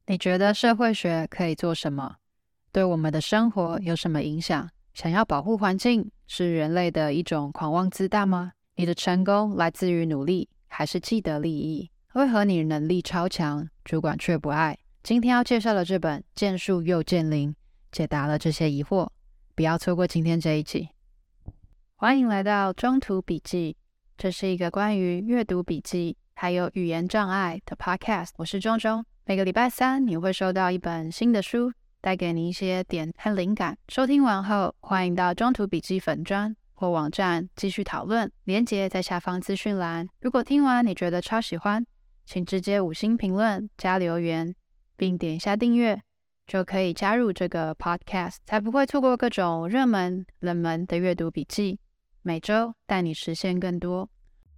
你觉得社会学可以做什么？对我们的生活有什么影响？想要保护环境是人类的一种狂妄自大吗？你的成功来自于努力，还是既得利益？为何你能力超强，主管却不爱？今天要介绍的这本《见树又见林》解答了这些疑惑，不要错过今天这一集。欢迎来到中途笔记，这是一个关于阅读笔记还有语言障碍的 podcast。我是中中，每个礼拜三你会收到一本新的书，带给你一些点和灵感。收听完后，欢迎到中途笔记粉专或网站继续讨论，连结在下方资讯栏。如果听完你觉得超喜欢，请直接5星评论加留言，并点一下订阅，就可以加入这个 podcast， 才不会错过各种热门、冷门的阅读笔记。每周带你实现更多。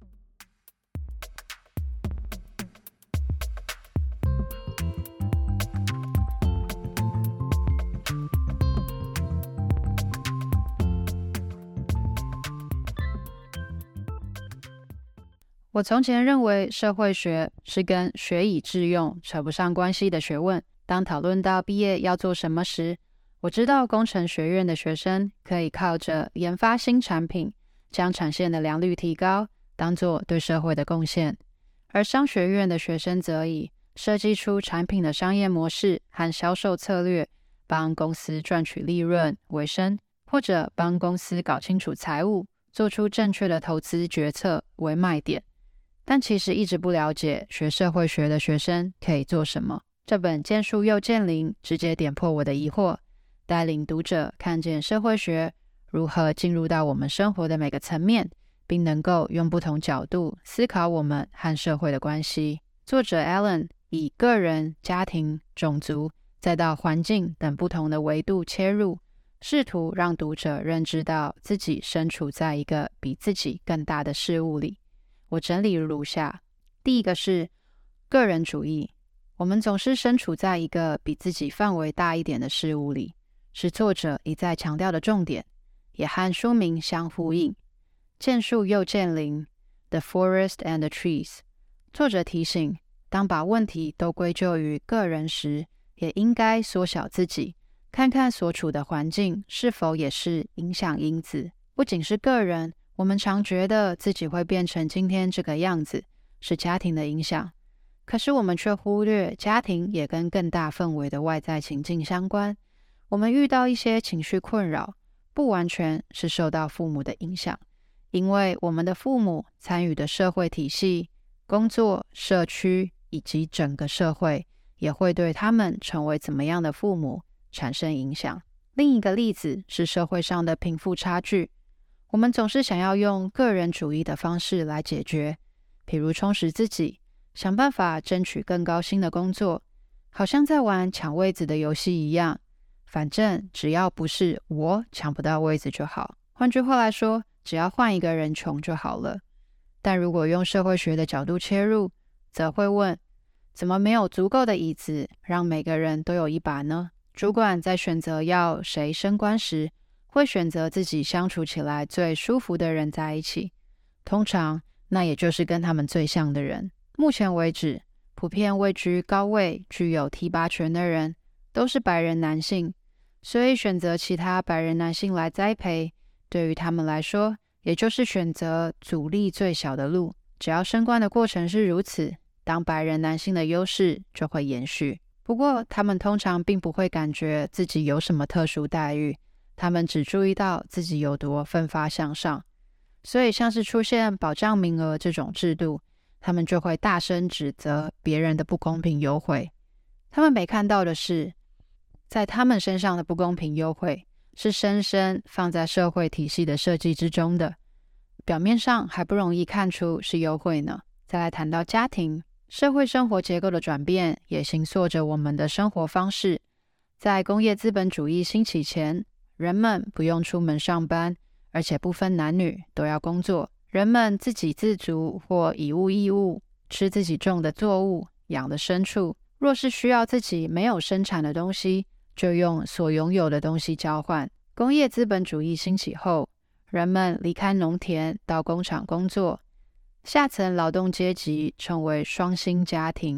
我从前认为社会学是跟学以致用扯不上关系的学问。当讨论到毕业要做什么时，我知道工程学院的学生可以靠着研发新产品，将产线的良率提高，当作对社会的贡献；而商学院的学生则以设计出产品的商业模式和销售策略，帮公司赚取利润为生，或者帮公司搞清楚财务，做出正确的投资决策为卖点。但其实一直不了解学社会学的学生可以做什么。这本《见树又见林》直接点破我的疑惑，带领读者看见社会学如何进入到我们生活的每个层面，并能够用不同角度思考我们和社会的关系。作者 Alan 以个人、家庭、种族，再到环境等不同的维度切入，试图让读者认知到自己身处在一个比自己更大的事物里。我整理如下：第一个是个人主义，我们总是身处在一个比自己范围大一点的事物里，是作者一再强调的重点，也和书名相呼应。见树又见林 The Forest and the Trees， 作者提醒，当把问题都归咎于个人时，也应该缩小自己，看看所处的环境是否也是影响因子。不仅是个人，我们常觉得自己会变成今天这个样子，是家庭的影响。可是我们却忽略家庭也跟更大氛围的外在情境相关。我们遇到一些情绪困扰，不完全是受到父母的影响，因为我们的父母参与的社会体系、工作、社区以及整个社会，也会对他们成为怎么样的父母产生影响。另一个例子是社会上的贫富差距。我们总是想要用个人主义的方式来解决，譬如充实自己，想办法争取更高薪的工作，好像在玩抢位子的游戏一样，反正只要不是我抢不到位子就好。换句话来说，只要换一个人穷就好了。但如果用社会学的角度切入，则会问，怎么没有足够的椅子让每个人都有一把呢？主管在选择要谁升官时，会选择自己相处起来最舒服的人在一起，通常那也就是跟他们最像的人。目前为止，普遍位居高位、具有提拔权的人都是白人男性，所以选择其他白人男性来栽培，对于他们来说，也就是选择阻力最小的路。只要升官的过程是如此，当白人男性的优势就会延续。不过，他们通常并不会感觉自己有什么特殊待遇，他们只注意到自己有多奋发向上，所以像是出现保障名额这种制度，他们就会大声指责别人的不公平优惠。他们没看到的是，在他们身上的不公平优惠是深深放在社会体系的设计之中的，表面上还不容易看出是优惠呢。再来谈到家庭，社会生活结构的转变也形塑着我们的生活方式。在工业资本主义兴起前，人们不用出门上班，而且不分男女都要工作。人们自给自足或以物易物，吃自己种的作物，养的牲畜。若是需要自己没有生产的东西，就用所拥有的东西交换。工业资本主义兴起后，人们离开农田到工厂工作，下层劳动阶级成为双薪家庭，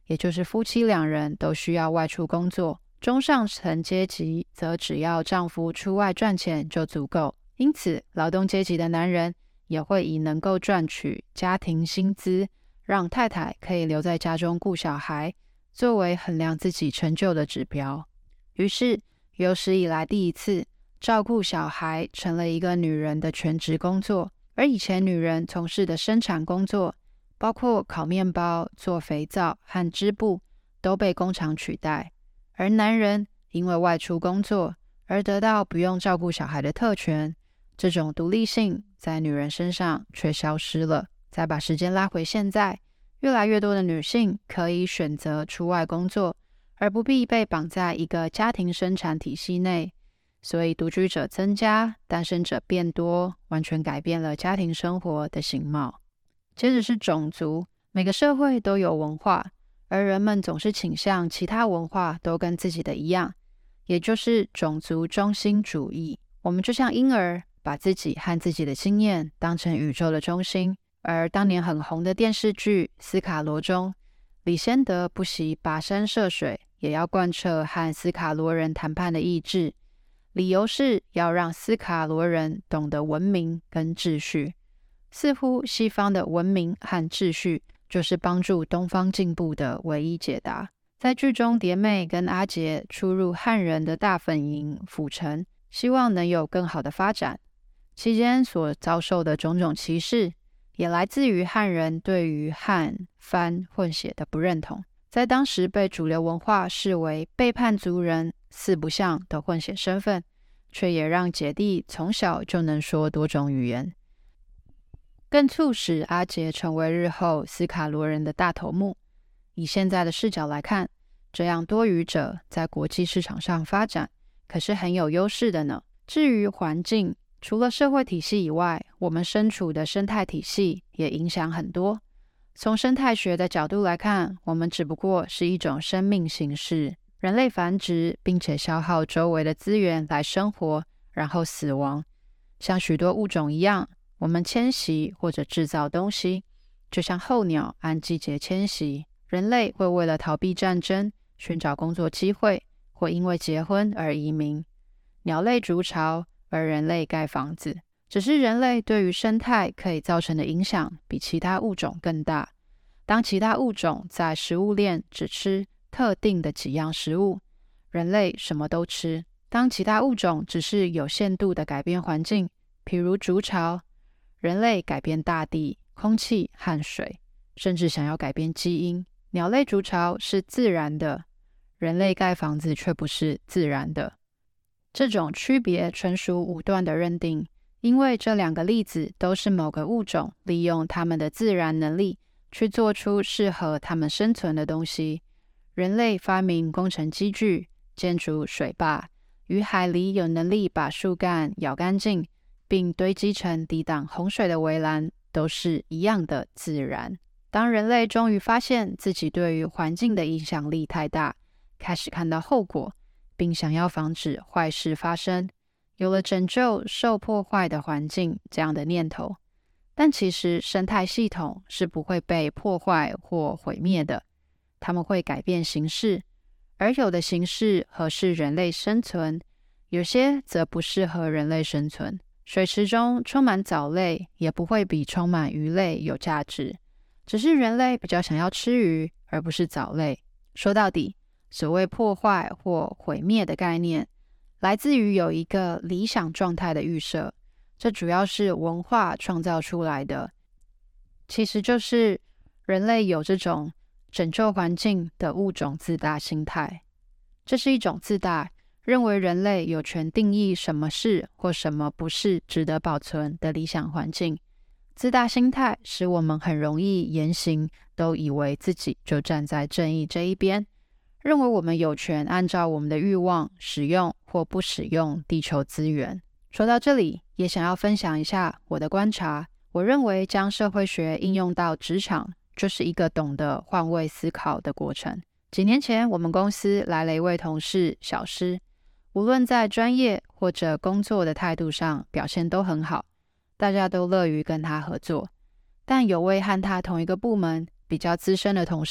也就是夫妻两人都需要外出工作，中上层阶级则只要丈夫出外赚钱就足够。因此，劳动阶级的男人也会以能够赚取家庭薪资，让太太可以留在家中顾小孩，作为衡量自己成就的指标。于是，有史以来第一次，照顾小孩成了一个女人的全职工作，而以前女人从事的生产工作，包括烤面包、做肥皂和织布，都被工厂取代。而男人因为外出工作而得到不用照顾小孩的特权，这种独立性在女人身上却消失了。再把时间拉回现在，越来越多的女性可以选择出外工作，而不必被绑在一个家庭生产体系内，所以独居者增加，单身者变多，完全改变了家庭生活的形貌。接着是种族，每个社会都有文化，而人们总是倾向其他文化都跟自己的一样，也就是种族中心主义。我们就像婴儿，把自己和自己的经验当成宇宙的中心。而当年很红的电视剧《斯卡罗》中，李仙德不惜跋山涉水，也要贯彻和斯卡罗人谈判的意志，理由是要让斯卡罗人懂得文明跟秩序。似乎西方的文明和秩序就是帮助东方进步的唯一解答。在剧中，蝶妹跟阿杰出入汉人的大本营府城，希望能有更好的发展。期间所遭受的种种歧视，也来自于汉人对于汉番混血的不认同，在当时被主流文化视为背叛族人、四不像的混血身份，却也让姐弟从小就能说多种语言，更促使阿杰成为日后斯卡罗人的大头目。以现在的视角来看，这样多语者在国际市场上发展可是很有优势的呢。至于环境，除了社会体系以外，我们身处的生态体系也影响很多。从生态学的角度来看，我们只不过是一种生命形式，人类繁殖并且消耗周围的资源来生活，然后死亡。像许多物种一样，我们迁徙或者制造东西，就像候鸟按季节迁徙，人类会为了逃避战争、寻找工作机会，或因为结婚而移民。鸟类筑巢，而人类盖房子。只是人类对于生态可以造成的影响比其他物种更大。当其他物种在食物链只吃特定的几样食物，人类什么都吃。当其他物种只是有限度的改变环境，譬如筑巢，人类改变大地、空气和水，甚至想要改变基因。鸟类筑巢是自然的，人类盖房子却不是自然的。这种区别纯属武断的认定，因为这两个例子都是某个物种利用它们的自然能力去做出适合它们生存的东西。人类发明工程机具、建筑水坝，与海狸有能力把树干咬干净，并堆积成抵挡洪水的围栏，都是一样的自然。当人类终于发现自己对于环境的影响力太大，开始看到后果，并想要防止坏事发生，有了拯救受破坏的环境这样的念头。但其实生态系统是不会被破坏或毁灭的，它们会改变形式，而有的形式合适人类生存，有些则不适合人类生存。水池中充满藻类也不会比充满鱼类有价值，只是人类比较想要吃鱼而不是藻类。说到底，所谓破坏或毁灭的概念，来自于有一个理想状态的预设，这主要是文化创造出来的，其实就是人类有这种拯救环境的物种自大心态。这是一种自大，认为人类有权定义什么是或什么不是值得保存的理想环境。自大心态使我们很容易言行都以为自己就站在正义这一边，认为我们有权按照我们的欲望使用或不使用地球资源。说到这里，也想要分享一下我的观察。我认为将社会学应用到职场，就是一个懂得换位思考的过程。几年前，我们公司来了一位同事小施，无论在专业或者工作的态度上表现都很好，大家都乐于跟他合作。但有位和他同一个部门比较资深的同事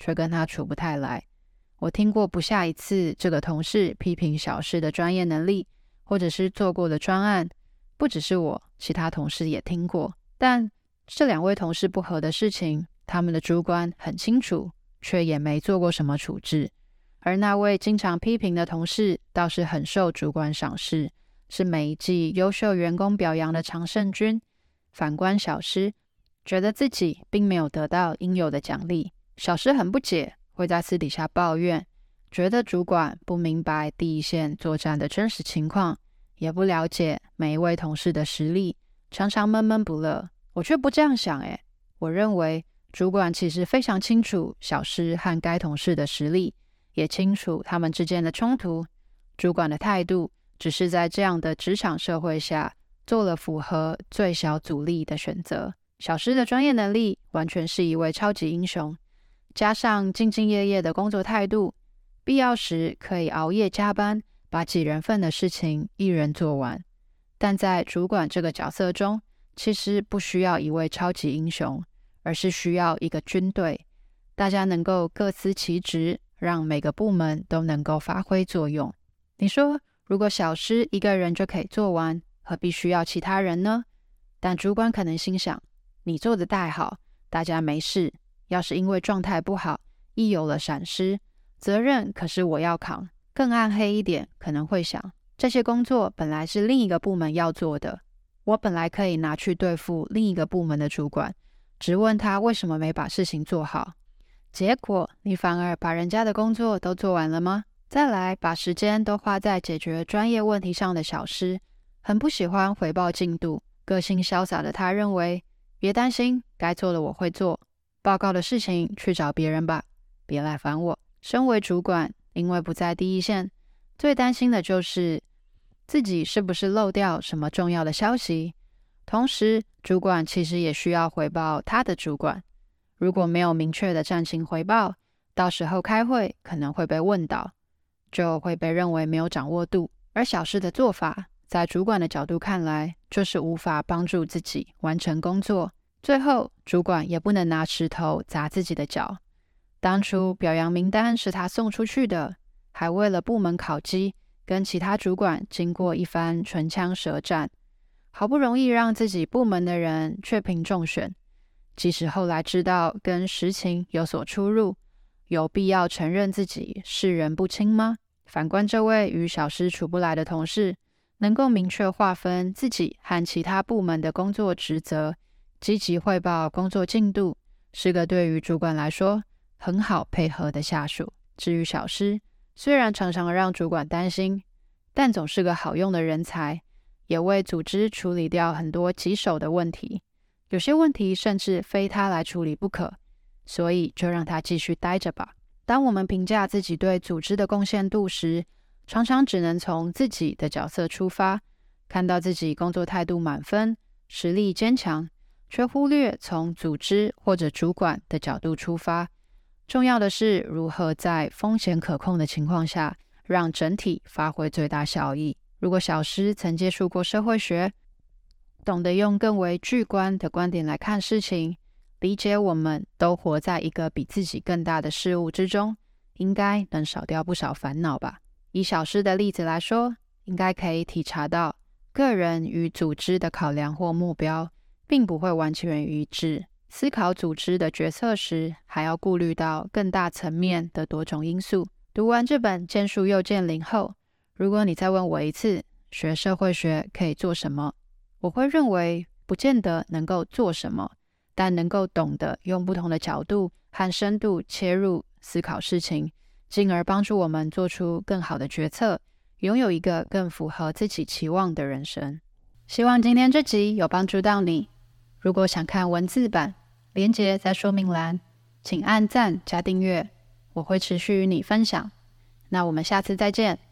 却跟他处不太来。我听过不下一次这个同事批评小施的专业能力，或者是做过的专案，不只是我，其他同事也听过。但这两位同事不合的事情，他们的主管很清楚，却也没做过什么处置。而那位经常批评的同事倒是很受主管赏识，是每一季优秀员工表扬的常胜军。反观小施，觉得自己并没有得到应有的奖励。小施很不解，会在私底下抱怨，觉得主管不明白第一线作战的真实情况，也不了解每一位同事的实力，常常闷闷不乐。我却不这样想我认为主管其实非常清楚小施和该同事的实力，也清楚他们之间的冲突。主管的态度只是在这样的职场社会下做了符合最小阻力的选择。小施的专业能力完全是一位超级英雄，加上兢兢业业的工作态度，必要时可以熬夜加班，把几人份的事情一人做完。但在主管这个角色中，其实不需要一位超级英雄，而是需要一个军队，大家能够各司其职，让每个部门都能够发挥作用。你说，如果小施一个人就可以做完，何必需要其他人呢？但主管可能心想，你做得太好，大家没事，要是因为状态不好，一有了闪失，责任可是我要扛。更暗黑一点，可能会想，这些工作本来是另一个部门要做的，我本来可以拿去对付另一个部门的主管，质问他为什么没把事情做好。结果你反而把人家的工作都做完了吗？再来，把时间都花在解决专业问题上的小施，很不喜欢回报进度。个性潇洒的他认为，别担心，该做的我会做，报告的事情去找别人吧，别来烦我。身为主管，因为不在第一线，最担心的就是自己是不是漏掉什么重要的消息。同时，主管其实也需要回报他的主管，如果没有明确的战情回报，到时候开会可能会被问倒，就会被认为没有掌握度。而小施的做法，在主管的角度看来，就是无法帮助自己完成工作，最后主管也不能拿石头砸自己的脚。当初表扬名单是他送出去的，还为了部门考绩，跟其他主管经过一番唇枪舌战，好不容易让自己部门的人确评中选。即使后来知道跟实情有所出入，有必要承认自己识人不清吗？反观这位与小施处不来的同事，能够明确划分自己和其他部门的工作职责，积极汇报工作进度，是个对于主管来说很好配合的下属。至于小施，虽然常常让主管担心，但总是个好用的人才，也为组织处理掉很多棘手的问题。有些问题甚至非他来处理不可，所以就让他继续待着吧。当我们评价自己对组织的贡献度时，常常只能从自己的角色出发，看到自己工作态度满分，实力坚强，却忽略从组织或者主管的角度出发。重要的是如何在风险可控的情况下，让整体发挥最大效益。如果小施曾接触过社会学，懂得用更为巨观的观点来看事情，理解我们都活在一个比自己更大的事物之中，应该能少掉不少烦恼吧。以小施的例子来说，应该可以体察到个人与组织的考量或目标并不会完全一致，思考组织的决策时，还要顾虑到更大层面的多种因素。读完这本《见树又见林》后，如果你再问我一次，学社会学可以做什么？我会认为不见得能够做什么，但能够懂得用不同的角度和深度切入思考事情，进而帮助我们做出更好的决策，拥有一个更符合自己期望的人生。希望今天这集有帮助到你。如果想看文字版，连结在说明栏，请按赞加订阅，我会持续与你分享。那我们下次再见。